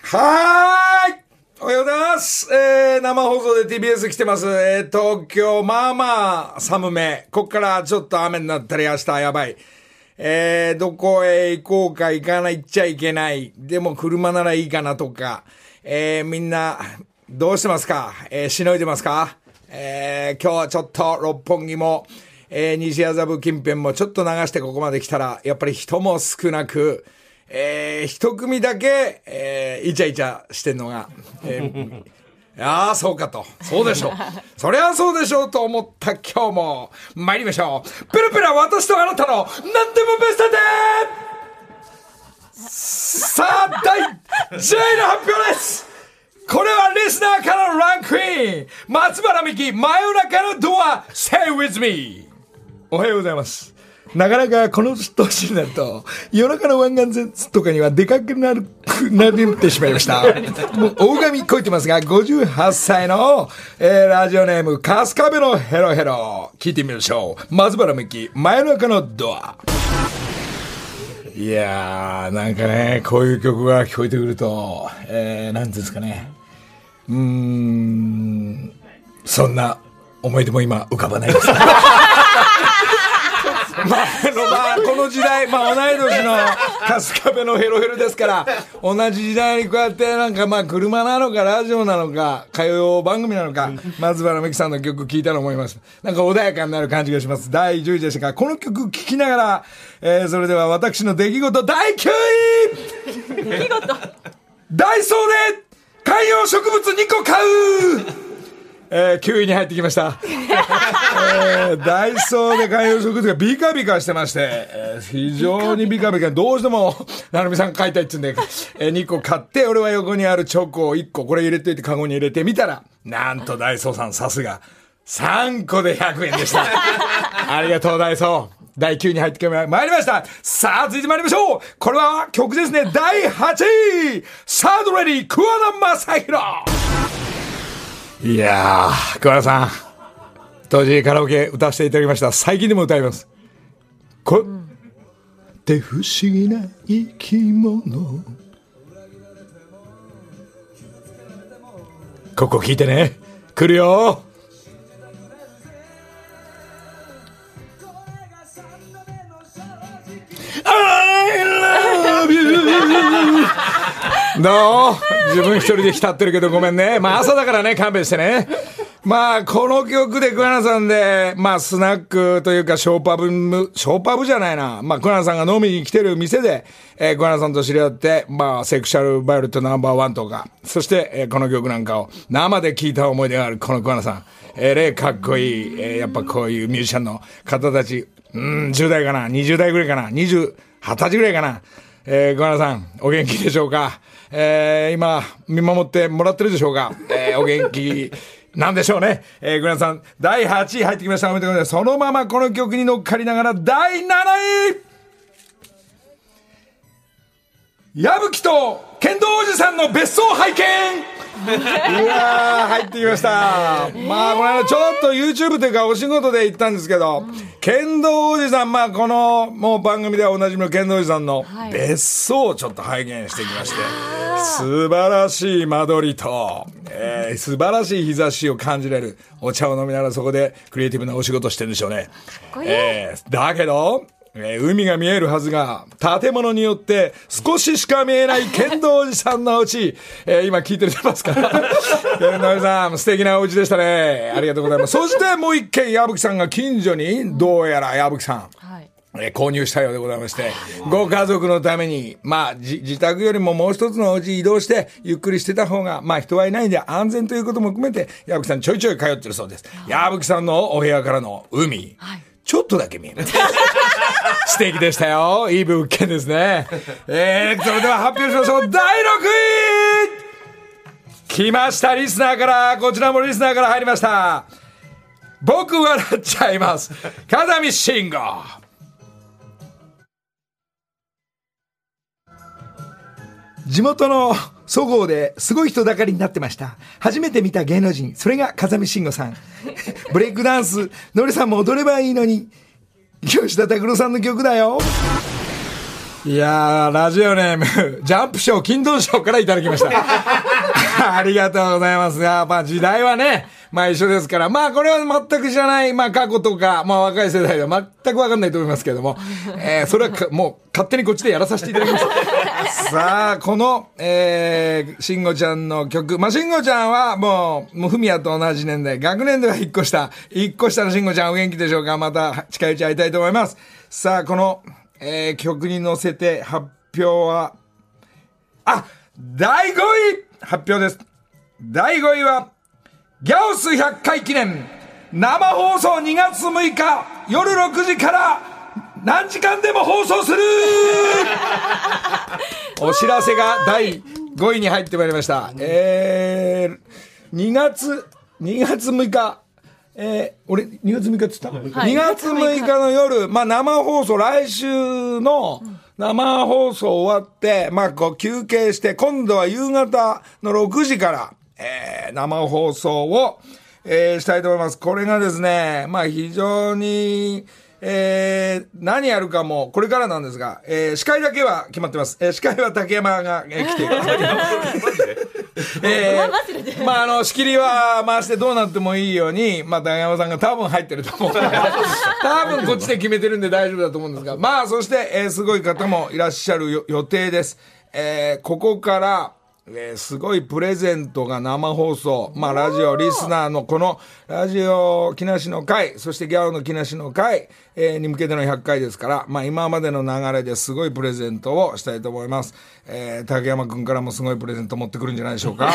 はーい、おはようございます。生放送で TBS 来てます。東京、まあまあ寒め。こっからちょっと雨になったり、明日やばい。どこへ行こうか行かないっちゃいけない。でも車ならいいかなとか。みんな、どうしてますか？しのいでますか？今日はちょっと六本木も、西麻布近辺もちょっと流してここまで来たら、やっぱり人も少なく、一組だけ、イチャイチャしてんのが、ああ、そうかと。そうでしょう。そりゃそうでしょうと思った今日も、参りましょう。ペラペラ私とあなたの、なんでもベストでさあ、第10位の発表です。これはリスナーからのランクイン。松原美希、真夜中のドア、Stay with me。おはようございます。なかなかこの年になると夜中の湾岸とかにはでかくなってしまいました。もう大神こいてますが、58歳の、ラジオネーム春日部のヘロヘロ、聞いてみましょう。松原美希、真夜中のドア。いやー、なんかね、こういう曲が聞こえてくると、なんていうんですかね、そんな思い出も今浮かばないです。まあ、この時代、同い年の春日部のヘロヘロですから、同じ時代にこうやってなんか車なのかラジオなのか歌謡番組なのか、松原美希さんの曲聴いたと思います。なんか穏やかになる感じがします。第10位でしたが、この曲聴きながら、それでは私の出来事第9位出来事ダイソーで観葉植物2個買う9位に入ってきました。ダイソーで観葉植物がビカビカしてまして、非常にビカビカ、どうしても、なるみさん買いたいって言うんで、2個買って、俺は横にあるチョコを1個、これ入れといてカゴに入れてみたら、なんとダイソーさんさすが、3個で100円でした。ありがとうダイソー。第9位に入ってまいりました。さあ、続いて参りましょう。これは曲ですね。第8位、サードレディ、桑名正宏。いやー、桑名さん、当時カラオケ歌わせていただきました。最近でも歌います。これ、って不思議な生き物。ここ聞いてね。来るよ。I love you どう？自分一人で浸ってるけどごめんね。朝だからね、勘弁してね。この曲で桑名さんで、スナックというかショーパブじゃないな。桑名さんが飲みに来てる店で、桑名さんと知り合って、セクシャルバイオレットナンバーワンとか、そして、この曲なんかを生で聴いた思い出があるこの桑名さん。かっこいい。やっぱこういうミュージシャンの方たち、10代かな ?20 代ぐらいかな ?20歳ぐらいかな。桑名さん、お元気でしょうか？今、見守ってもらってるでしょうか？お元気なんでしょうね。桑名さん、第8位入ってきました。おめでとうございます。そのままこの曲に乗っかりながら、第7位矢吹と剣道おじさんの別荘拝見いやー、入ってきました。この間ちょっと YouTube というかお仕事で行ったんですけど、剣道おじさん、このもう番組ではおなじみの剣道おじさんの別荘をちょっと拝見してきまして、素晴らしい間取りと、素晴らしい日差しを感じれるお茶を飲みながらそこでクリエイティブなお仕事してるんでしょうね。かっこいい。だけど、海が見えるはずが建物によって少ししか見えない剣道おじさんのお家、今聞いてるますから剣道おじさん素敵なお家でしたね。ありがとうございます。そしてもう一軒矢吹さんが近所にどうやら矢吹さん、購入したようでございまして、ご家族のために自宅よりももう一つのお家移動してゆっくりしてた方が人はいないんで安全ということも含めて矢吹さんちょいちょい通ってるそうです。矢吹さんのお部屋からの海、ちょっとだけ見えます。素敵でしたよ。いい物件ですね。それでは発表しましょう。第6位来ました。リスナーから、こちらもリスナーから入りました。僕笑っちゃいます。風見慎吾。地元のそごうですごい人だかりになってました。初めて見た芸能人、それが風見慎吾さん。ブレイクダンス、のりさんも踊ればいいのに、吉田拓郎さんの曲だよ。 いやー、ラジオネーム、ジャンプショー、金ドン賞からいただきました。ありがとうございます。時代はね、一緒ですから、これは全く知らない、過去とか、若い世代は全くわかんないと思いますけれども、それはもう勝手にこっちでやらさせていただきます。さあ、この、慎吾ちゃんの曲、慎吾ちゃんはもうフミヤと同じ年代、学年では1個下の慎吾ちゃんお元気でしょうか。また近いうち会いたいと思います。さあ、この、曲に乗せて発表は、第5位発表です。第5位は、ギャオス100回記念生放送2月6日夜6時から何時間でも放送するお知らせが第5位に入ってまいりました。2月6日俺2月6日って言った、2月6日の夜、生放送、来週の生放送終わって、こう休憩して、今度は夕方の6時から、生放送を、したいと思います。これがですね、非常に、何やるかも、これからなんですが、司会だけは決まってます。司会は竹山が来ている。仕切りは回してどうなってもいいように、竹山さんが多分入ってると思う。多分こっちで決めてるんで大丈夫だと思うんですが、そして、すごい方もいらっしゃる予定です。ここから、すごいプレゼントが生放送。ラジオリスナーのこのラジオ木梨の会、そしてギャオの木梨の会、に向けての100回ですから、今までの流れですごいプレゼントをしたいと思います。竹山くんからもすごいプレゼント持ってくるんじゃないでしょうか。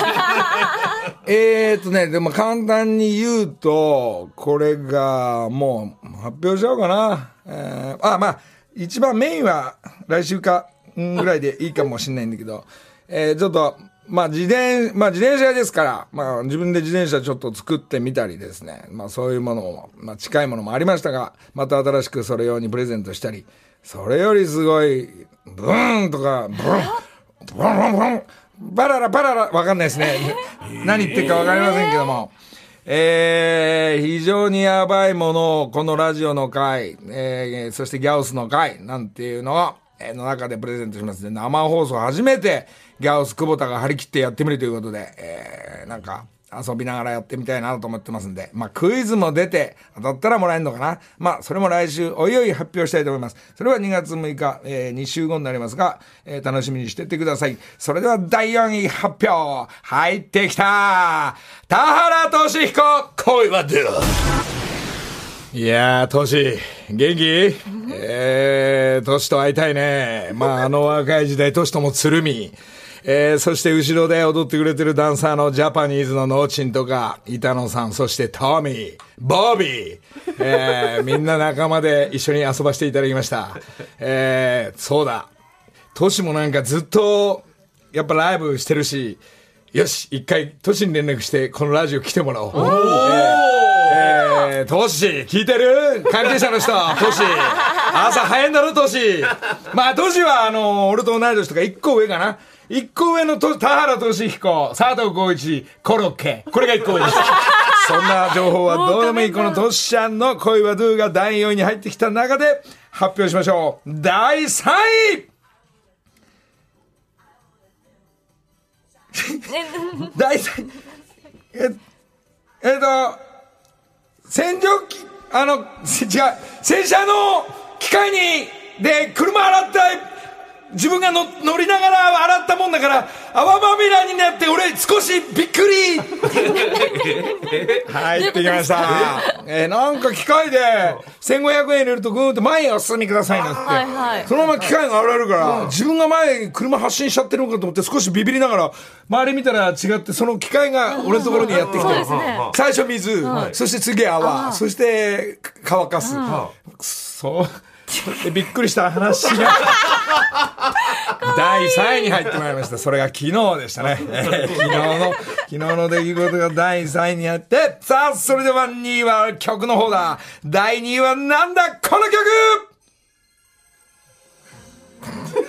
でも簡単に言うと、これがもう発表しちゃおうかな。一番メインは来週かぐらいでいいかもしれないんだけど、ちょっと、自転車ですから、自分で自転車ちょっと作ってみたりですね。そういうものも、近いものもありましたが、また新しくそれ用にプレゼントしたり、それよりすごい、ブーンとか、ブーン、ブーン、ブーン、バララ、バララ、わかんないですね。何言ってるかわかりませんけども。非常にやばいものを、このラジオの回、そしてギャオスの回、なんていうのを、の中でプレゼントしますね。生放送初めてギャオス久保田が張り切ってやってみるということで、遊びながらやってみたいなと思ってますんで、クイズも出て当たったらもらえるのかな。それも来週おいおい発表したいと思います。それは2月6日、2週後になりますが、楽しみにしてってください。それでは第4位発表入ってきた田原俊彦、恋はどう。いやー、トシ、元気？トシと会いたいね。若い時代、トシとも鶴見。そして後ろで踊ってくれてるダンサーのジャパニーズのノーチンとか、板野さん、そしてトミー、ボビー。みんな仲間で一緒に遊ばせていただきました。そうだ。トシもずっと、やっぱライブしてるし、よし、一回トシに連絡して、このラジオ来てもらおう。トシ、聞いてる？関係者の人、トシ。朝早いんだろ、トシ。トシは、俺と同い年とか1個上かな。1個上の田原俊彦、佐藤浩市、コロッケ。これが1個上です。そんな情報はどうでもいい。このトシちゃんの恋はドゥが第4位に入ってきた中で発表しましょう。第3位第3位洗浄機、洗車の機械で車洗った自分が乗りながら洗ったもんだから泡まみれになって俺少しびっくり入ってきました。機械で1500円入れるとグーンって前へお進みくださいなって、そのまま機械が現れるから、自分が前に車発進しちゃってるのかと思って少しビビりながら周り見たら違って、その機械が俺のところにやってきて、最初水、そして次泡、そして乾かす。びっくりした話が第3位に入ってまいりました。それが昨日でしたね。昨日の出来事が第3位にあって、さあ、それでは2位は曲の方だ。第2位はなんだこの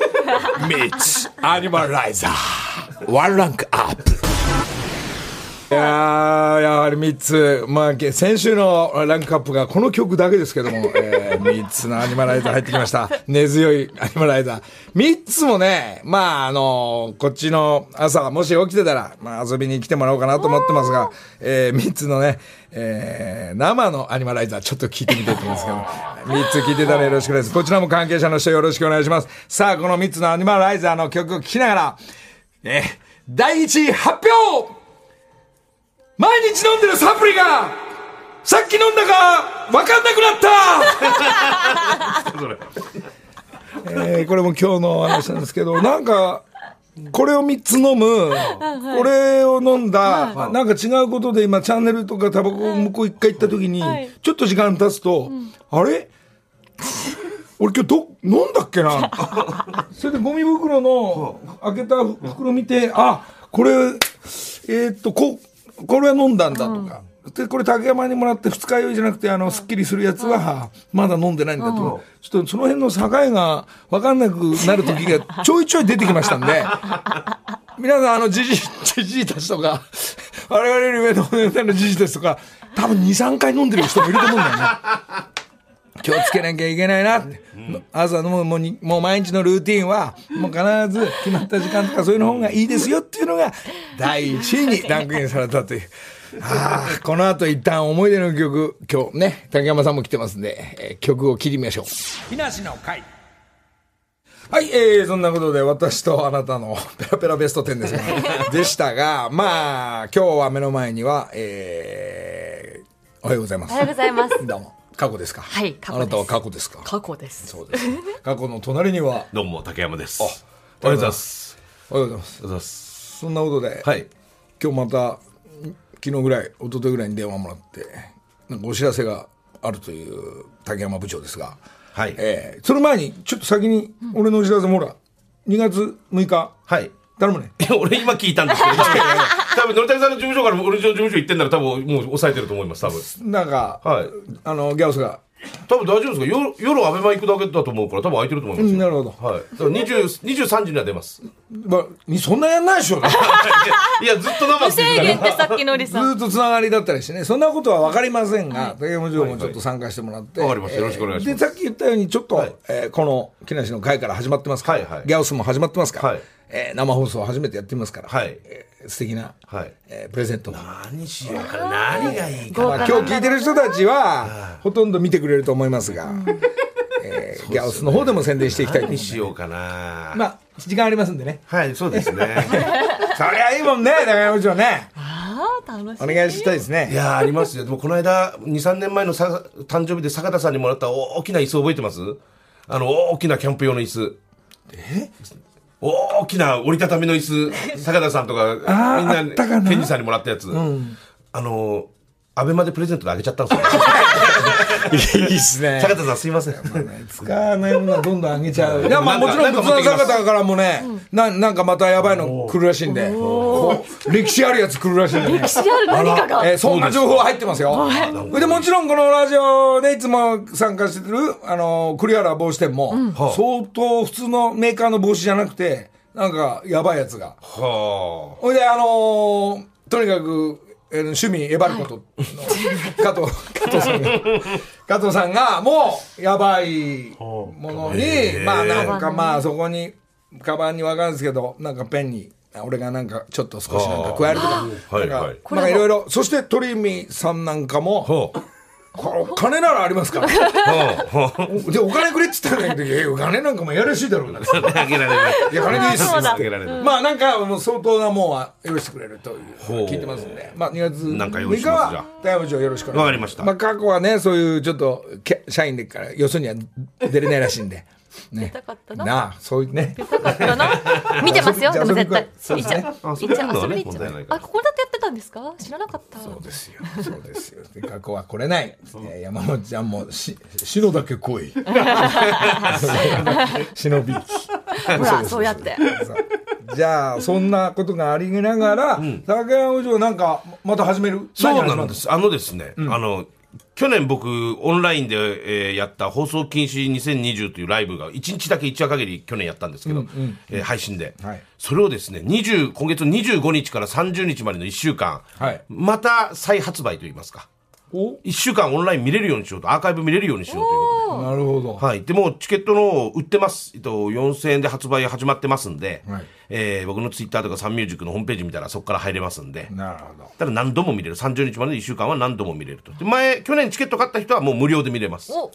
曲ミッチアニマライザーワンランクアップ。 やはり3つ、まあ、先週のランクアップがこの曲だけですけども、3つのアニマライザー入ってきました。根強いアニマライザー。3つもね、まあ、こっちの朝、もし起きてたら、まあ、遊びに来てもらおうかなと思ってますが、3つのね、生のアニマライザーちょっと聞いてみたいと思いますけど、3つ聞いてたらよろしくお願いします。こちらも関係者の人よろしくお願いします。さあ、この3つのアニマライザーの曲を聴きながら、第1位発表。毎日飲んでるサプリがさっき飲んだか分かんなくなったこれも今日の話なんですけど、なんかこれを3つ飲む、これを飲んだ、なんか違うことで今チャンネルとかタバコ向こう一回行った時に、ちょっと時間経つと、あれ俺今日飲んだっけなそれでゴミ袋の開けた袋見て、あ、これこれは飲んだんだとか、でこれ竹山にもらって二日酔いじゃなくてすっきりするやつはまだ飲んでないんだと、ちょっとその辺の境が分かんなくなる時がちょいちょい出てきましたんで皆さんじじいたちとか我々より上の年代のじじいたちとか多分 2,3 回飲んでる人もいると思うんだよね。気をつけなきゃいけないなって、朝のもう毎日のルーティンはもう必ず決まった時間とかそういうの方がいいですよっていうのが第1位にランクインされたという。この後一旦思い出の曲、今日ね竹山さんも来てますんで、曲を切りましょう。木梨の会。はい、そんなことで私とあなたのペラペラベスト10ですねでしたが、まあ今日は目の前には、おはようございます。 おはようございますどうも。過去ですか。 はい、過去です。 あなたは過去ですか。 過去です。 そうです。過去の隣にはどうも竹山です。 おはようございます。おはようございます。 おはようございます。 そんなことで、 はい、 今日また昨日ぐらい一昨日ぐらいに電話もらってなんかお知らせがあるという竹山部長ですが、 はい、 その前にちょっと先に俺のお知らせもほら2月6日、 はい、 頼むね。 俺今聞いたんですけど多分のりたけさんの事務所から俺の事務所行ってんなら多分もう抑えてると思います。多分なんか、はい、ギャオスが多分大丈夫ですか。夜アベマ行くだけだと思うから多分空いてると思いますよ。 なるほど。 はい。だから23時には出ます。 まあ、そんなやんないでしょいやずっと生無制限ってさっきのりさんずっとつながりだったりしてね、そんなことは分かりませんが、竹山城もちょっと参加してもらって、 わかりました。よろしくお願いします。 でさっき言ったようにちょっと、 はい、 この木梨の会から始まってますから、 はいはい、 ギャオスも始まってますから、 はい、 生放送を初めてやってみますから、 はい、 素敵な、 はい、 プレゼント。 何しようかな、何がいいかな。 まあ、今日聞いてる人たちはほとんど見てくれると思いますが、ギャオスの方でも宣伝していきたいと思います。 何しようかな。 まあ時間ありますんでね。はい、 そうですねそりゃいいもんね、竹山部長ね。 楽しい。 お願いしたいですね。 いやありますよ。でもこの間 2,3 年前の誕生日で坂田さんにもらった大きな椅子覚えてます？大きなキャンプ用の椅子。大きな折りたたみの椅子、坂田さんとかみんなケンジさんにもらったやつ、アベマでプレゼントであげちゃったんですよ。 いいっすね。 坂田さんすいません。 使わないものはどんどんあげちゃう。いや、まあもちろん仏壇坂田からもね、なんかまたやばいの来るらしいんで、歴史あるやつ来るらしいんでね。 歴史ある何かが。 そんな情報入ってますよ。でもちろんこのラジオでいつも参加してる栗原帽子店も、相当普通のメーカーの帽子じゃなくて、なんかやばいやつが。ほいでとにかく趣味エバルコトの加藤さんがもうやばいものに、まあなんかまあそこにカバンに分かるんですけど、なんかペンに俺がなんかちょっと少しなんか加えるとか、なんかいろいろ。そして鳥海さんなんかも金ならありますからでお金くれっつったらお金なんかもやらしいだろうな。 あげられない。 いや金でいいっす。 あげられない。 まあなんかもう相当なもんは用意してくれるという聞いてますんで、まあ2月6日は竹山部長よろしくお願いします。 わかりました。 まあ過去はねそういうちょっと社員でからよそには出れないらしいんで。 出たかったな。 なあ、そういうね。 出たかったな。見てますよ。でも絶対。 そうですね。 行っちゃう。遊びに行っちゃう。あ、ここだってやってたんですか？知らなかった。 そうですよ。そうですよ。過去は来れない。山本ちゃんも篠だけ来い。忍び。 ほら、そうやって。 じゃあそんなことがありながら、竹山部長なんかまた始める？ そうなんです。ですね、 去年僕オンラインで、やった放送禁止2020というライブが1日だけ一夜限り去年やったんですけど、配信で、はい、それをですね今月25日から30日までの1週間、はい、また再発売といいますか、1週間オンライン見れるようにしようと、アーカイブ見れるようにしようということで。 なるほど。 はい。でもチケットの売ってます。4000円で発売始まってますんで、はい、僕のツイッターとかサンミュージックのホームページ見たらそこから入れますんで。 なるほど。 ただ何度も見れる。30日までの1週間は何度も見れると。で去年チケット買った人はもう無料で見れます。はい。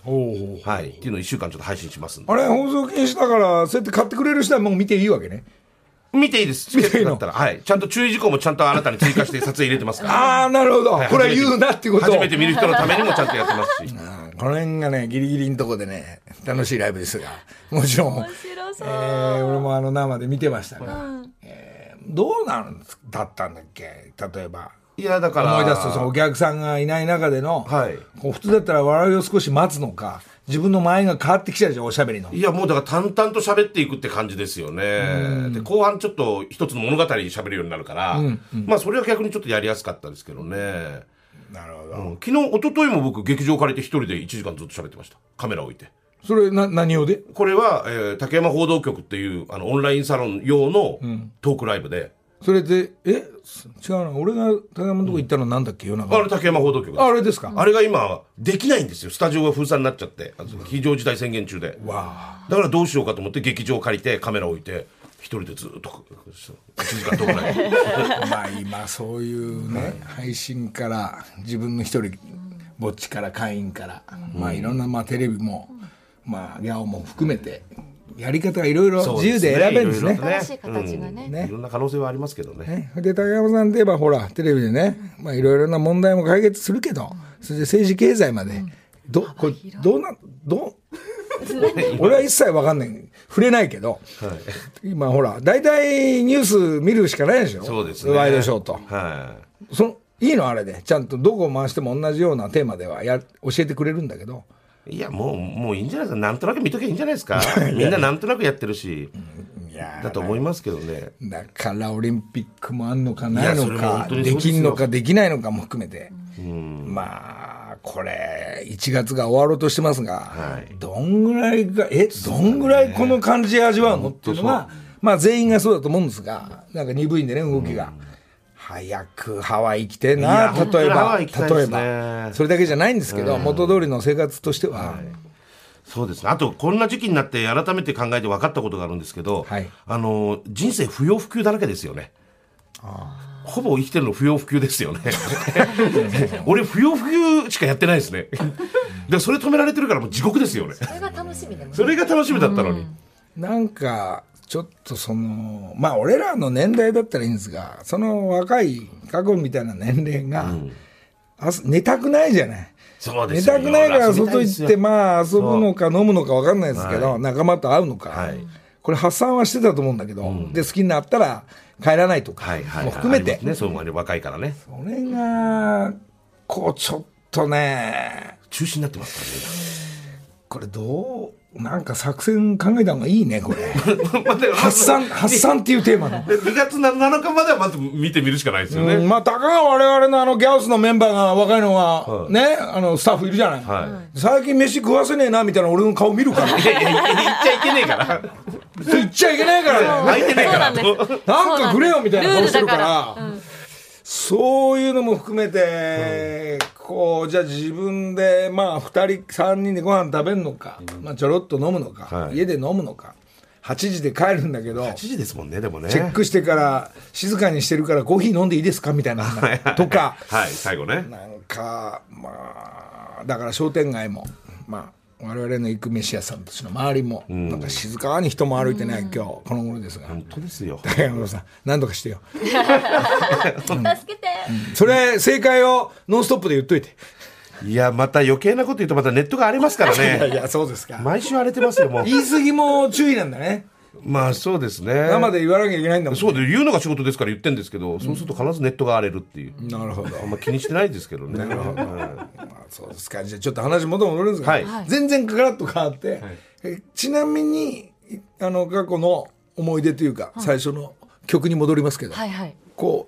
っていうのを1週間ちょっと配信しますんで。 あれ、放送禁止だから、そうやって買ってくれる人はもう見ていいわけね。 見ていいです。チケットだったら。はい。ちゃんと注意事項もちゃんとあなたに追加して撮影入れてますから。 ああ、なるほど。はい、これは言うなっていうこと。 初めて見る人のためにもちゃんとやってますし。 この辺がね、ギリギリのとこでね、楽しいライブですが。もちろん。面白そう。俺も生で見てましたが。どうなんだったんだっけ、例えば。 いや、だから。 思い出すと、そのお客さんがいない中での、はい、こう普通だったら笑いを少し待つのか、自分の前が変わってきちゃうじゃん、おしゃべりの。 いや、もうだから淡々と喋っていくって感じですよね。で、後半ちょっと一つの物語喋るようになるから、まあそれは逆にちょっとやりやすかったですけどね。 なるほど。 昨日、一昨日も僕劇場借りて一人で1時間ずっと喋ってました。カメラ置いて。 それ何用で？ これは、竹山報道局っていうオンラインサロン用のトークライブで。 それで、違うな。俺が竹山のとこ行ったのなんだっけ、夜中。 あれ竹山報道局です。 あれですか？ あれが今、できないんですよ。スタジオが封鎖になっちゃって。非常事態宣言中で。だからどうしようかと思って劇場借りてカメラ置いて、一人でずっと、1時間とかない。 まあ今そういうね、配信から、自分の一人、ぼっちから会員から、まあいろんな、まあテレビも、まあギャオも含めて、やり方がいろいろ自由で選べるんですね。 新しい形がね。 いろんな可能性はありますけどね。 で、竹山さんといえばほら、テレビでね、まあいろいろな問題も解決するけど、それで政治経済まで、俺は一切わかんない。触れないけど、今ほら、大体ニュース見るしかないでしょ。 そうですね。 ワイドショーと。いいのあれで。ちゃんとどこを回しても同じようなテーマでは教えてくれるんだけど。 いや、もういいんじゃないですか。なんとなく見とけばいいんじゃないですか。みんななんとなくやってるし、だと思いますけどね。 だからオリンピックもあんのかないのか、できんのかできないのかも含めて。まあ、これ、1月が終わろうとしてますが、どんぐらいこの感じで味わうのっていうのが、まあ全員がそうだと思うんですが、なんか鈍いんでね、動きが。早くハワイ行きてえな、例えば。それだけじゃないんですけど、元通りの生活としては。 そうですね。あと、こんな時期になって改めて考えて分かったことがあるんですけど、人生不要不急だらけですよね。ほぼ生きてるの不要不急ですよね。俺、不要不急しかやってないですね。でそれ止められてるからもう地獄ですよね。 それが楽しみだもんね。 それが楽しみだったのに。 なんか、ちょっとまあ俺らの年代だったらいいんですが、その若い過去みたいな年齢が、寝たくないじゃない。 そうですよ。 寝たくないから外行ってまあ遊ぶのか飲むのか分かんないですけど、仲間と会うのか、これ発散はしてたと思うんだけど、で好きになったら帰らないとかも含めて、 そう思うね、若いからね。 それがこうちょっとね中止になってますからね。 これなんか作戦考えた方がいいね、これ。発散っていうテーマの。 2月7日まではまず見てみるしかないですよね。 まあ、たかが我々のギャオスのメンバーが若いのが、ね、スタッフいるじゃない。最近飯食わせねえな、みたいな俺の顔見るから。 言っちゃいけねえから。 言っちゃいけないから。 空いてねえから。 なんかくれよ、みたいな顔してるから。そういうのも含めて、じゃあ自分で、まあ、2人、3人でご飯食べるのか、まあ、ちょろっと飲むのか、家で飲むのか、8時で帰るんだけど、 8時ですもんね、でもね。 チェックしてから、静かにしてるからコーヒー飲んでいいですかみたいな、とか、 最後ね。 なんか、まあ、だから商店街も、まあ、我々の行く飯屋さんたちの周りも、なんか静かに人も歩いてない、今日この頃ですが。 本当ですよ。 竹山さん、何とかしてよ。 助けて。 それ、正解をノンストップで言っといて。 いや、また余計なこと言うとまたネットが荒れますからね。 いや、そうですか。 毎週荒れてますよ、もう。 言い過ぎも注意なんだね。 まあそうですね。 生で言わなきゃいけないんだもんね。 そうで言うのが仕事ですから言ってんですけど、そうすると必ずネットが荒れるっていう。 なるほど。 あんま気にしてないですけどね。 なるほど。そうですか。じゃあちょっと話戻るんですが、全然ガラッと変わって、ちなみに過去の思い出というか、最初の曲に戻りますけど、こう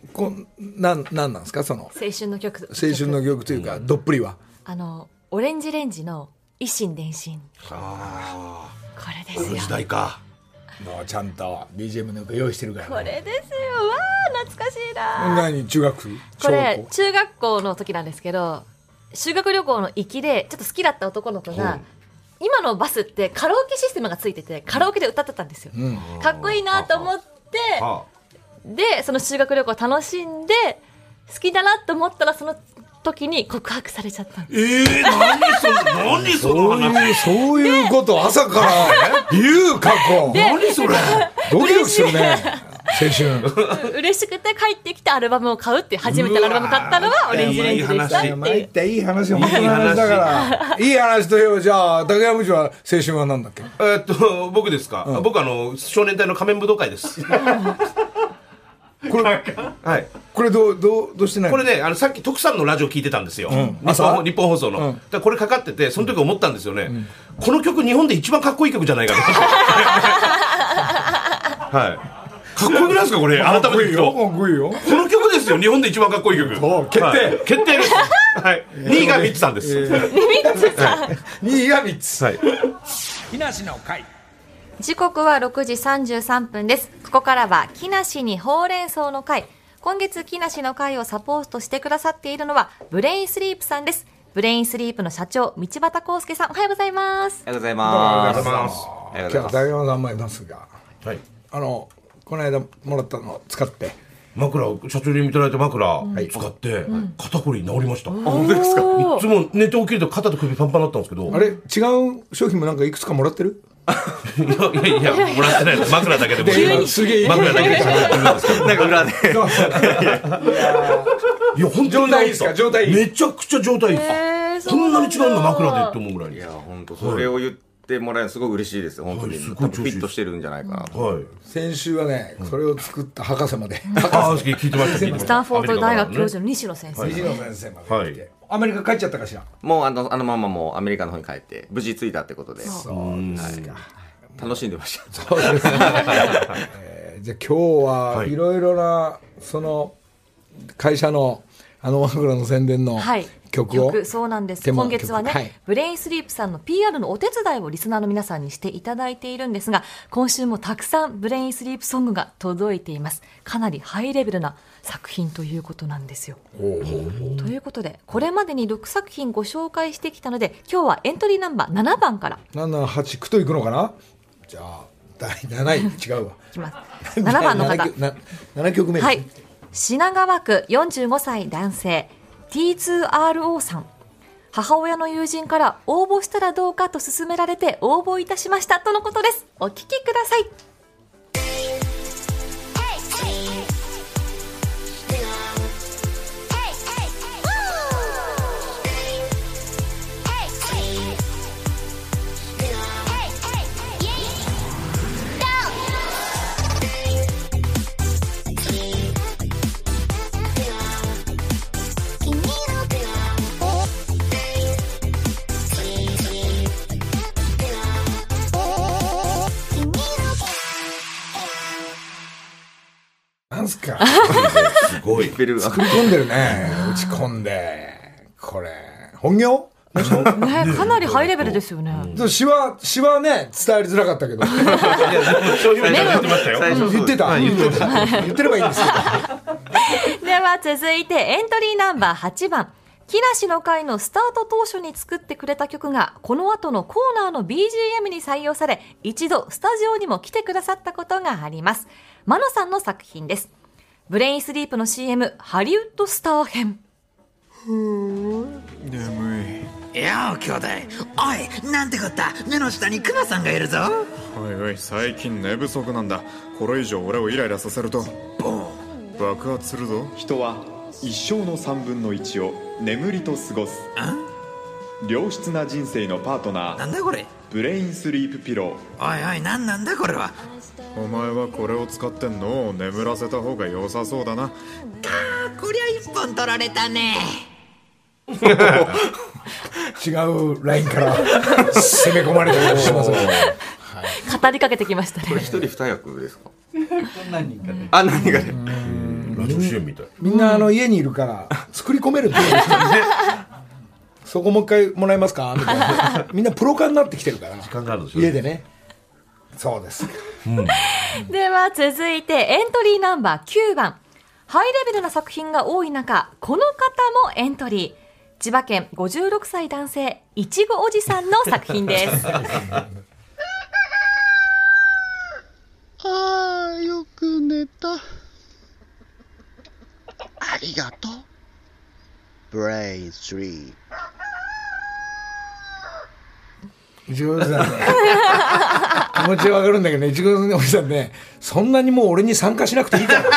なんなんですか、その青春の曲というか、どっぷりはオレンジレンジの一心伝心。これですよ。 時代か。 もうちゃんと BGM なんか用意してるから、 これですよ。わー懐かしいな。 何中学これ中学校の時なんですけど、修学旅行の行きでちょっと好きだった男の子が、今のバスってカラオケシステムがついててカラオケで歌ってたんですよ、かっこいいなと思って、でその修学旅行楽しんで好きだなと思ったら、その時に告白されちゃったんです。 何その話。 そういうこと朝から言う過去。 何それ。 ドキドキするね。青春。 嬉しくて帰ってきてアルバムを買うっていう、初めてのアルバム買ったのはオレンジレンジでしたっていう。 いい話、本当の話だから。いい話といえば、じゃあ竹山氏は青春は何だっけ。 僕ですか。僕少年隊の仮面武道会です。 これ、はい、これどうしてない。 これね、さっき徳さんのラジオ聞いてたんですよ、日本放送の、だこれかかってて、その時思ったんですよね、この曲日本で一番かっこいい曲じゃないかと。はい、かっこよくないですかこれ。改めて聞くとこの曲ですよ、日本で一番かっこいい曲。決定です。はい、2位がミッツさんです。2 位がミッツ。はい。 木梨の会。時刻は6時33分です。ここからは木梨にほうれん草の会。今月木梨の会をサポートしてくださっているのはブレインスリープさんです。ブレインスリープの社長道端康介さん、おはようございます。 おはようございます。 今日は竹山さんもいますが、はい、この間もらったのを使って枕を社長に見てられた枕使って肩こり治りました。 本当ですか。いつも寝て起きると肩と首パンパンだったんですけど、 あれ違う商品もなんかいくつかもらってる。 いやもらってないです。枕だけでもすげえ枕だけでもらってるんですけど、 なんか裏でいや本当に状態いいですか。状態いい。 めちゃくちゃ状態いいです。こんなに違うの枕でって思うぐらいに。 いや本当それを言ってもらえるのすごい嬉しいです。本当にフィットしてるんじゃないかなと。 先週はね、それを作った博士まで、 聞いてました。 スタンフォード大学教授の西野先生、 西野先生まで来て、アメリカ帰っちゃったかしら。 もうあのままもうアメリカの方に帰って無事着いたってことで、 そうですか。 楽しんでました。 そうですね。じゃあ今日はいろいろなその会社の枕の宣伝の曲を、 そうなんです。今月はね、ブレインスリープさんの PR のお手伝いをリスナーの皆さんにしていただいているんですが、今週もたくさんブレインスリープソングが届いています。かなりハイレベルな作品ということなんですよ。ということでこれまでに6作品ご紹介してきたので、今日はエントリーナンバー7番から 7、8、9といくのかな。じゃあ第7位違うわ。 いきます。7番の方 7曲目です、 はい、品川区45歳男性 T2RO さん。母親の友人から応募したらどうかと勧められて応募いたしましたとのことです。お聞きください。 なんすか。 すごい作り込んでるね。打ち込んでこれ本業ね、かなりハイレベルですよね。 詩はね伝わりづらかったけど。言ってた。言ってればいいんですけど。では続いてエントリーナンバー8番。木梨の会のスタート当初に作ってくれた曲がこの後のコーナーの BGM に採用され、一度スタジオにも来てくださったことがあります。マノさんの作品です。ブレインスリープの CM ハリウッドスター編。 眠い。いや兄弟、おいなんてこった、目の下にクマさんがいるぞ。 おいおい、最近寝不足なんだ。これ以上俺をイライラさせるとボン爆発するぞ。 人は一生の3分の1を眠りと過ごす。良質な人生のパートナー。 なんだこれ。 ブレインスリープピロー。おいおい、なんなんだこれは。 お前はこれを使って脳を眠らせた方が良さそうだな。 こりゃ一本取られたね。 違うラインから攻め込まれたりしますね。 語りかけてきましたね。 これ一人二役ですか。 何人かね。 何人かね。 ラジオ CM みたい。 みんな家にいるから作り込めるって言うんですよそこもう一回もらえますかみたいなみんなプロ化になってきてるから時間があるんでしょうね家でね。そうです、 では続いてエントリーナンバー9番。ハイレベルな作品が多い中、この方もエントリー。千葉県56歳男性、いちごおじさんの作品です。 ああ、よく寝た。ありがとう。ブレインスリー。 いちごおじさんね気持ちはわかるんだけどね、いちごおじさんね、そんなにもう俺に参加しなくていいから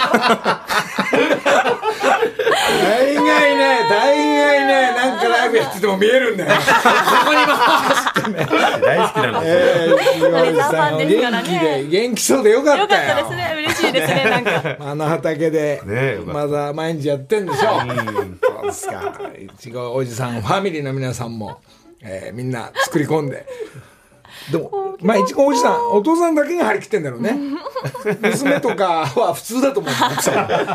大概ねなんかライブやってても見えるんだよここにますってね大好きなんですよ。 いちごおじさん元気そうでよかったよ。 よかったですね。嬉しいですね。なんか畑で、 ね、 まだ毎日やってんでしょ。そうですか。いちごおじさんファミリーの皆さんも、みんな作り込んで。でもまあいちごおじさんお父さんだけが張り切ってんだろうね。娘とかは普通だと思うんですよ。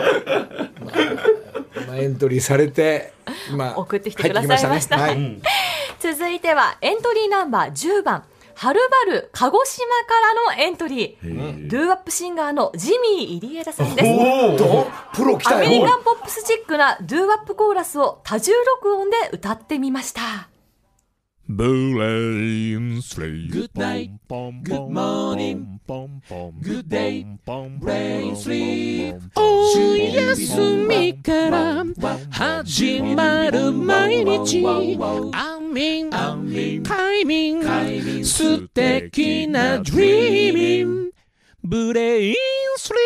エントリーされて今送ってきてくださいました。 入ってきましたね。 続いてはエントリーナンバー10番。はるばる鹿児島からのエントリー。ドゥーアップシンガーのジミー入枝さんです。 プロ来たよ。 アメリカンポップスチックなドゥーアップコーラスを多重録音で歌ってみました。 ブレインスリー Good night, good morning, good day, ブレインスリーお休みから始まる毎日快眠素敵なドリーミングブレインスリ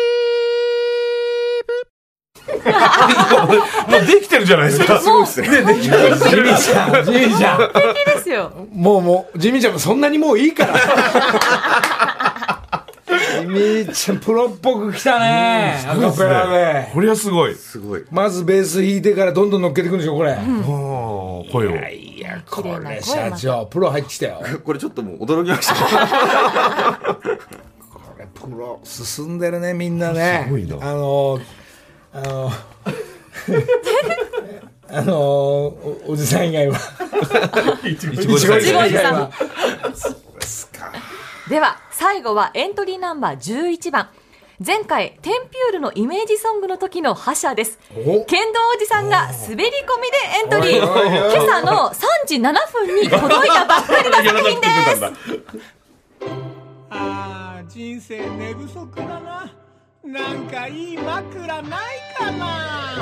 ーもうできてるじゃないですか。 すごいですね。 ジミーちゃん素敵ですよ。 もうジミーちゃんもそんなにもういいからジミーちゃんプロっぽく来たね。アカペラでこれはすごい。 すごい。 まずベース弾いてからどんどん乗っけてくるんでしょこれ。 声を。 いやこれ社長プロ入ってきたよ。 これちょっともう驚きました。 これプロ進んでるねみんなね。 すごいな。 おじさん以外はいちごじさんでは最後はエントリーナンバー11番。前回テンピュールのイメージソングの時の覇者です。剣道おじさんが滑り込みでエントリー。今朝の3時7分に届いたばっかりの作品です。 あー人生寝不足だな。なんかいい枕ないかな。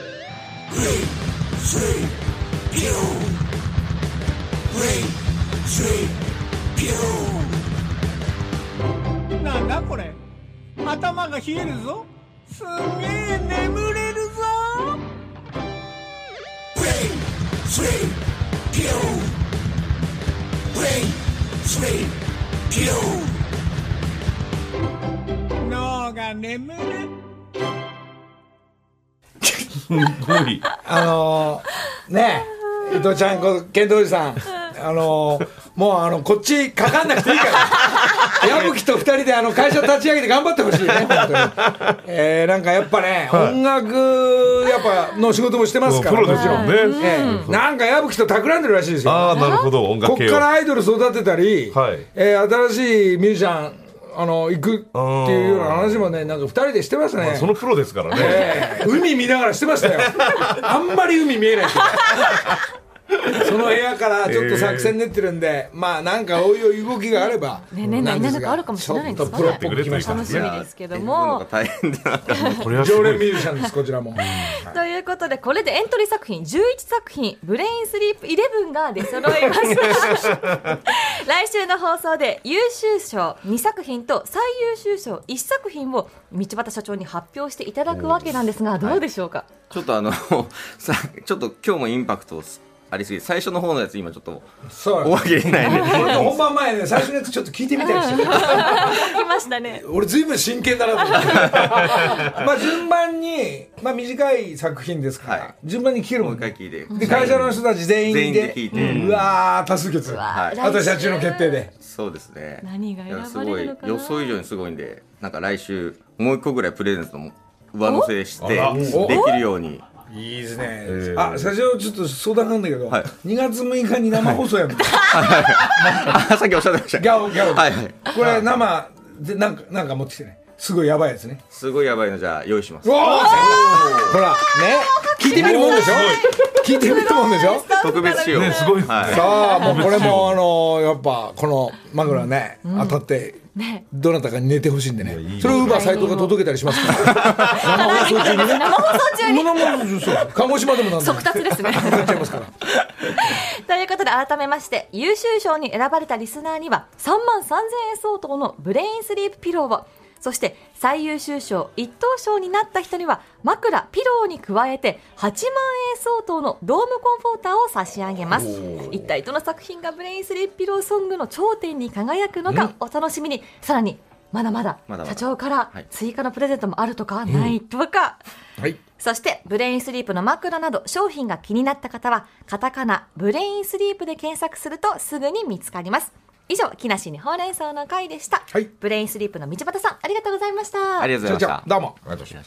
なんだこれ。頭が冷えるぞ。すげえ眠れるぞ。脳が眠る。 すごい。 ねえ伊藤ちゃん剣道おじさんもうこっちかかんなくていいから矢吹と2人で会社立ち上げて頑張ってほしいね本当に。なんかやっぱね、音楽やっぱの仕事もしてますからプロですよね。 なんか矢吹と企んでるらしいですよ。 ああなるほど。音楽系をこっからアイドル育てたり、新しいミュージシャン行くっていうような話もねなんか2人でしてますね。 そのプロですからね。 海見ながらしてましたよ。あんまり海見えないけどその部屋からちょっと作戦練ってるんで、まあなんかおいおい動きがあれば年内なんかあるかもしれないんですかね。 ちょっとプロっぽく来ました。 楽しみですけども大変だな。 常連ミュージシャンですこちらも。 ということでこれでエントリー作品11作品ブレインスリープ11が出揃いました来週の放送で優秀賞2作品と最優秀賞1作品を道端社長に発表していただくわけなんですがどうでしょうか。 ちょっとちょっと今日もインパクトありすぎて最初の方のやつ今ちょっとおわけないね。 本番前ね最初のやつちょっと聞いてみたりして聞きましたね。 俺ずいぶん真剣だなと思ってまあ順番に、まあ、短い作品ですから、順番に聞けるもん。 もう一回聞いてで会社の人たち全員で聞いて、 うわー多数決、あと社長の決定で。 そうですね。 何が選ばれるのかな。 予想以上にすごいんでなんか来週もう一個ぐらいプレゼントも上乗せしてできるように。 いいですね。最初ちょっと相談なんだけど、2月6日に生放送やるの。 さっきおっしゃってました。 ギャオ。これ生でなんか持ってきてね。すごいやばいやつね。 すごいやばいのじゃあ用意します。 ほらね、聞いてみるもんでしょ。聞いてみるもんでしょ。 特別仕様。 すごい。 さあもうこれもやっぱこのマグロね当たって。どなたかに寝てほしいんでね。それをウーバー斉藤が届けたりしますから。生放送中にね。 生放送中に。 鹿児島でもなんで。 速達ですね。 ちゃいますから。 ということで改めまして優秀賞に選ばれたリスナーには3万3000円相当のブレインスリープピローを、そして最優秀賞1等賞になった人には枕ピローに加えて8万円相当のドームコンフォーターを差し上げます。一体どの作品がブレインスリープピローソングの頂点に輝くのかお楽しみに。さらにまだまだ社長から追加のプレゼントもあるとかないとか、そしてブレインスリープの枕など商品が気になった方はカタカナブレインスリープで検索するとすぐに見つかります。以上、木梨にほうれん草の会でした。ブレインスリープの道端さん、ありがとうございました。 ありがとうございました。 どうも。 ありがとうござい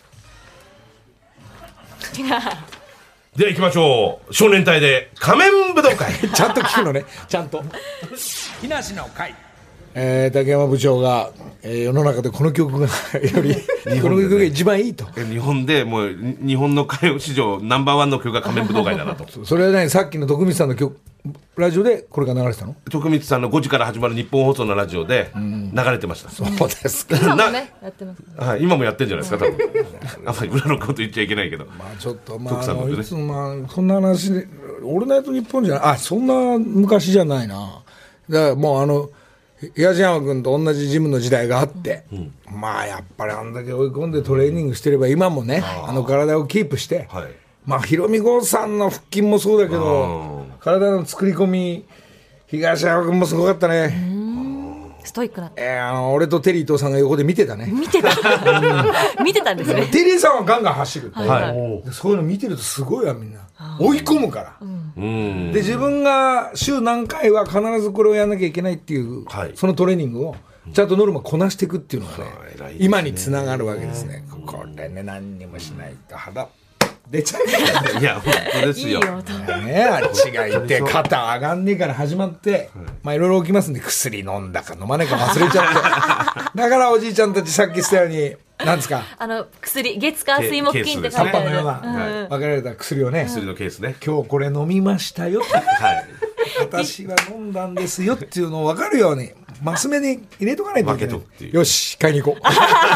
ました。では行きましょう。少年隊で仮面武道会。 ちゃんと聞くのね。ちゃんと。木梨の会。竹山部長が、世の中でこの曲がよりこの曲が一番いいと。 日本でもう日本の歌謡史上ナンバーワンの曲が仮面武道会だなと。 それはね、さっきの徳光さんの曲ラジオでこれが流れてたの？ 徳光さんの5時から始まる日本放送のラジオで流れてました。 そうですか。 今もねやってます。 はい、今もやってるんじゃないですか多分。あんまり裏のこと言っちゃいけないけど。 まあちょっといつもそんな話でオールナイトニッポンじゃない。そんな昔じゃないな。だからもう東山君と同じジムの時代があって、まあやっぱりあんだけ追い込んでトレーニングしてれば今もね、体をキープして、まあヒロミ郷さんの腹筋もそうだけど、体の作り込み東山君もすごかったね。 ストイックな。 俺とテリー伊藤さんが横で見てたね。 見てたんですね。 テリーさんはガンガン走る。そういうの見てるとすごいわみんな。追い込むから。で自分が週何回は必ずこれをやらなきゃいけないっていう、そのトレーニングをちゃんとノルマこなしていくっていうのがね、今につながるわけですね。これね、何にもしないと肌出ちゃう。 いや本当ですよ。 あれ違いって肩上がんねえから始まって、まあいろいろ起きますんで、薬飲んだか飲まねえか忘れちゃってだからおじいちゃんたちさっき言ったようになんですか、 薬月火水木金って書いてあるのような分けられた薬をね、 薬のケースね、 今日これ飲みましたよ、私は飲んだんですよっていうのを分かるようにマス目に入れとかないといけない。よし買いに行こう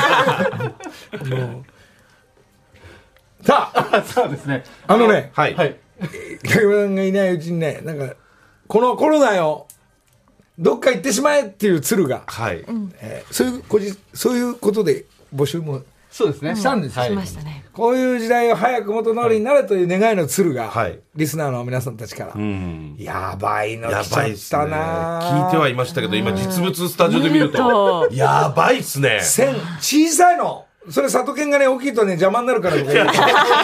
さあそうですね、 はい竹山さんがいないうちにね、なんかこのコロナよどっか行ってしまえっていう鶴が、そういうことで募集もそうですねしたんですよ。 しましたね。 こういう時代を早く元通りになれという願いの鶴が、リスナーの皆さんたちから、やばいの来ちゃったな。 聞いてはいましたけど、今実物スタジオで見るとやばいっすね。 線小さいの。それ里犬がね大きいとね邪魔になるからとか言って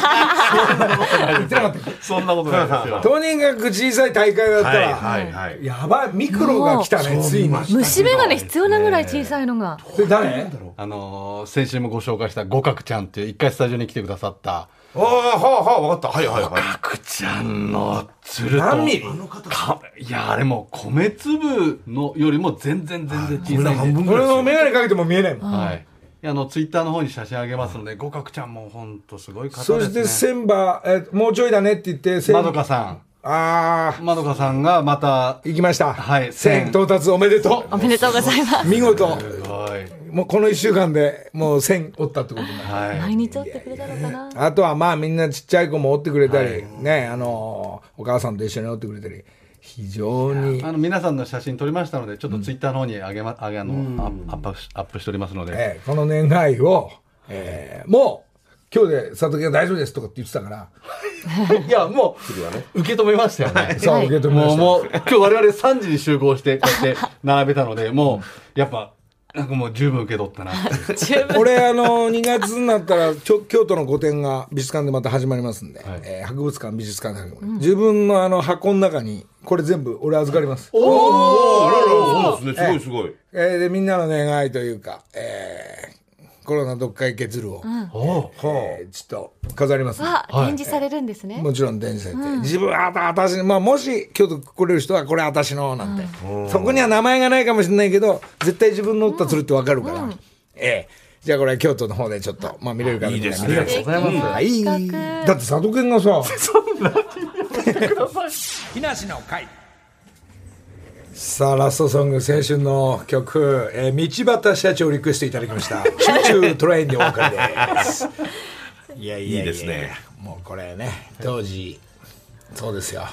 なかった。 そんなことないですよ。 とにかく小さい大会をやったら、やばいミクロが来たね、ついに。 虫眼鏡必要なぐらい小さいのが。 それ誰？ 先週もご紹介した五角ちゃんっていう一回スタジオに来てくださった。 分かった。 五角ちゃんの鶴と何ミリ？ いやあれも米粒のよりも全然小さいんで、 これを眼鏡かけても見えないもん。 ツイッターの方に写真あげますので、五角ちゃんも本当すごい方ですね。 そして千葉、もうちょいだねって言ってまどかさん。まどかさんがまた行きました。 1000 到達おめでとう。 おめでとうございます。 見事。もうこの1週間でもう1000折ったってことになる。 毎日折ってくれたのかな。 あとはまあみんなちっちゃい子も折ってくれたり、ね、お母さんと一緒に折ってくれたり。非常に皆さんの写真撮りましたので、ちょっとツイッターの方にアップしておりますので、 この願いを、もう今日で佐藤家大丈夫ですとかって言ってたからいやもう受け止めましたよね。 そう受け止めました。 もう今日我々3時に集合してこうやって並べたので、もうやっぱなんかもう十分受け取ったな俺2月になったら京都の個展が美術館でまた始まりますんで、博物館美術館で、自分の箱の中にこれ全部俺預かります。 そうですね、すごい。 でみんなの願いというか、 コロナ読解決ルを、 うんちょっと飾ります、 わ展示されるんですね、 もちろん展示されて、自分は私、まあ、もし京都来れる人はこれ私のなんて、そこには名前がないかもしれないけど絶対自分の打った鶴って分かるから、じゃあこれ京都の方でちょっと、まあ、見れるからいいですね。ありがとうございます。だって佐藤健がさそんな木梨の会。さあラストソング、青春の曲、道端社長リクエストいただきましたチューチュートレインでお別れですいやいやいいですね。もうこれね当時そうですよ、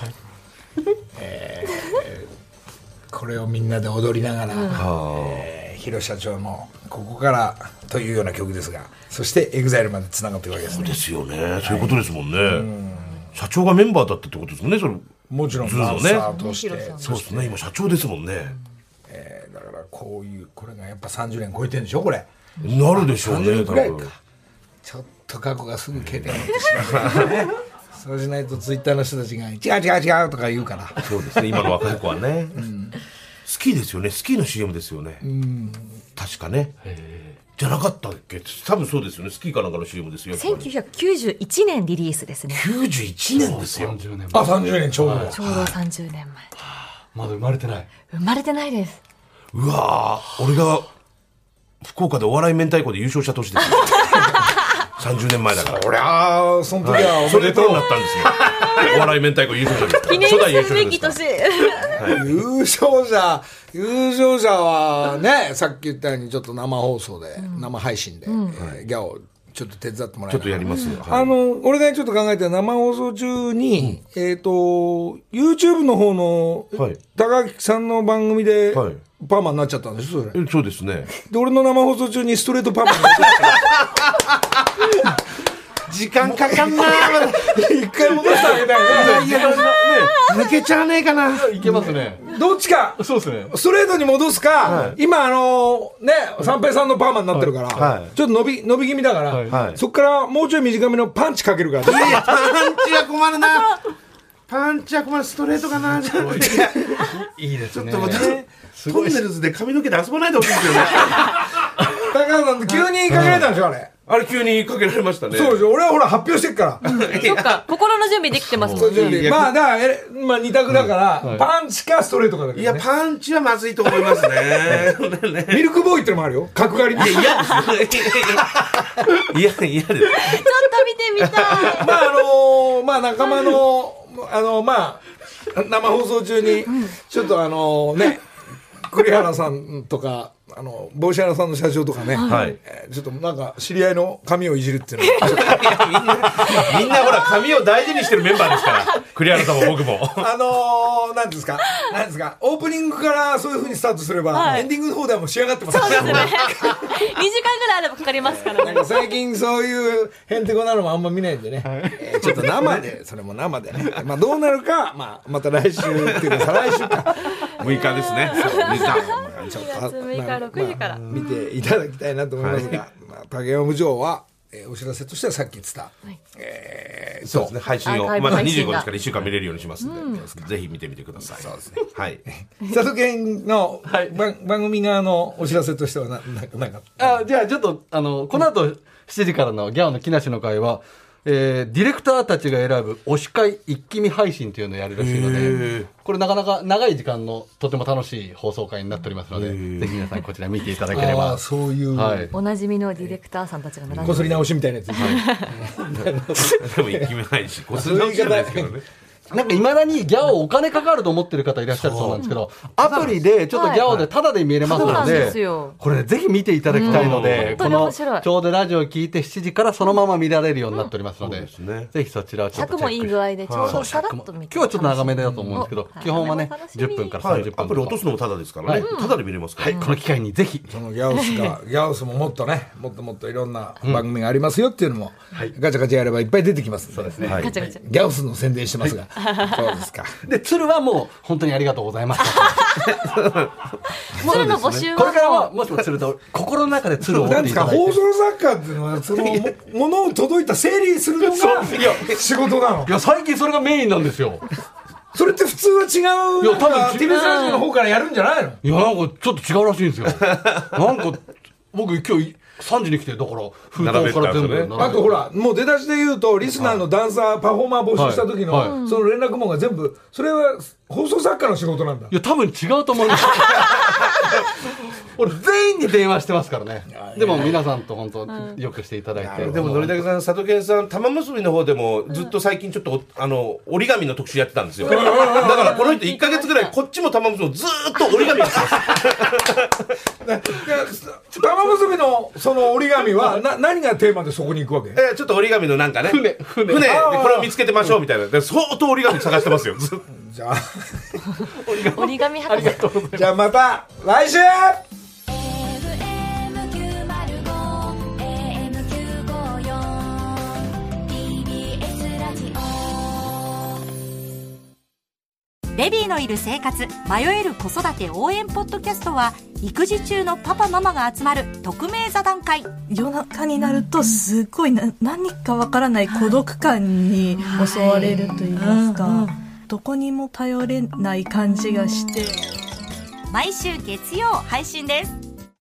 これをみんなで踊りながら、広社長のここからというような曲ですが、そしてEXILEまでつながってるわけですね。 そうですよね、そういうことですもんね、社長がメンバーだったってことですもんね、それもちろんダンサーとして、 そうですね、今社長ですもんね、 だからこういうこれがやっぱ30年超えてるんでしょ、これなるでしょうね、 30年くらいか、ちょっと過去がすぐ消えてしまうからねそうしないとツイッターの人たちが違う違う違うとか言うから。 そうですね、今の若い子はね、スキーですよね、スキーの CM ですよね、確かね、じゃなかったっけ、多分そうですよね、スキーかなんかの CM ですよ。 1991年リリースですね。 91年ですよ。 30年あ、30年ちょうど、 ちょうど30年前。 まだ生まれてない。 生まれてないです。 うわー、俺が福岡でお笑い明太子で優勝した年ですよ30年前だから。 そりゃあその時はそれでプロになったんですよお笑い明太子優勝者です。 記念すべき年優勝者はね、さっき言ったようにちょっと生放送で、生配信で、ギャオちょっと手伝ってもらいながらちょっとやりますよ、 俺がちょっと考えて生放送中に、YouTube の方の高木さんの番組でパーマになっちゃったんですよ、それ。 そうですね。 で俺の生放送中にストレートパーマになっちゃった時間かかんな一回戻してあげたいね。 抜けちゃわねえかな。 いけますね。 どっちかそうですね。 ストレートに戻すか、今三平さんのパーマになってるから、ちょっと伸び気味だから、そっからもうちょい短めのパンチかけるから。 パンチは困るな。パンチは困る。ストレートかな。 いいですね。 ちょっと待って、トンネルズで髪の毛で遊ばないでほしいんですよね。 高橋さん急にかけられたんでしょ、 あれ急にかけられましたね。 そうですよ。俺はほら発表してっから。 そっか、心の準備できてますもんね。 まあだから2択だから、パンチかストレートかだけどね。 いやパンチはまずいと思いますね。 ミルクボーイってのもあるよ。角刈り。いや嫌ですよ。嫌です。ちょっと見てみたい。 まあ仲間の生放送中にちょっと栗原さんとか帽子原さんの社長とかね、ちょっとなんか知り合いの髪をいじるっていうのみんなほら髪を大事にしてるメンバーですから栗原さんも僕もなんですかオープニングからそういう風にスタートすれば、エンディングの方ではもう仕上がってますそうですね2時間ぐらいあればかかりますからね。 なんか最近そういうへんてこなのもあんま見ないんでね、ちょっと生でそれも生でね、まあどうなるか、また来週っていうか再来週か 6日ですね。 4月6日6時から見ていただきたいなと思いますが、竹山部長はお知らせとしてはさっき言ってた、 そうですね、配信をまだ25日から1週間見れるようにしますんで、ぜひ見てみてください。 そうですね。 はい。 佐藤健の番組側のお知らせとしてはなんかじゃあちょっとこの後7時からのギャオの木梨の会は、ディレクターたちが選ぶ推し会一気見配信というのをやるらしいので、これなかなか長い時間のとても楽しい放送会になっておりますので、ぜひ皆さんこちら見ていただければ。 そういう、 おなじみのディレクターさんたちが並んでこすり直しみたいなやつ、 でも一気見配信こすり直しじゃないですけどね。 なんかいまだにギャオお金かかると思ってる方いらっしゃるそうなんですけど、アプリでちょっとギャオでタダで見れますので、これぜひ見ていただきたいので、このちょうどラジオを聞いて7時からそのまま見られるようになっておりますので、ぜひそちらをちょっと尺もいい具合でちょうどさらっと見て、 今日はちょっと長めだと思うんですけど、基本はね10分から30分。 アプリ落とすのもタダですからね。タダで見れますから。 この機会にぜひそのギャオスももっとね、もっといろんな番組がありますよっていうのもガチャガチャやればいっぱい出てきます。そうですね。 ガチャガチャギャオスの宣伝してますが、そうですか。 で鶴はもう本当にありがとうございました。 鶴の募集はこれからはもしも鶴と心の中で鶴を折っていただいて、 放送作家っていうのはそのものを届いた整理するのが仕事なの。 いや最近それがメインなんですよ。 それって普通は違う。いや多分 TBS ラジオの方からやるんじゃないの。 いやなんかちょっと違うらしいんですよ。なんか僕今日 3時に来て、だから封筒から全部あとほらもう出だしで言うとリスナーのダンサーパフォーマー募集した時のその連絡網が全部それは放送作家の仕事なんだ。 いや多分違うと思います俺全員に電話してますからね。でも皆さんと本当よくしていただいて、 でものりたけさん、佐渡健さん玉結びの方でもずっと最近ちょっと折り紙の特集やってたんですよ。だからこの人1ヶ月ぐらいこっちも玉結びもずーっと折り紙やってます玉結びのその折り紙は何がテーマでそこに行くわけ？ ちょっと折り紙のなんかね船でこれを見つけてましょうみたいなで相当折り紙探してますよじゃあ折り紙博士じゃあまた来週。 ベビーのいる生活迷える子育て応援ポッドキャストは育児中のパパママが集まる匿名座談会。 夜中になるとすごい何かわからない孤独感に襲われると言いますか、どこにも頼れない感じがして毎週月曜配信です。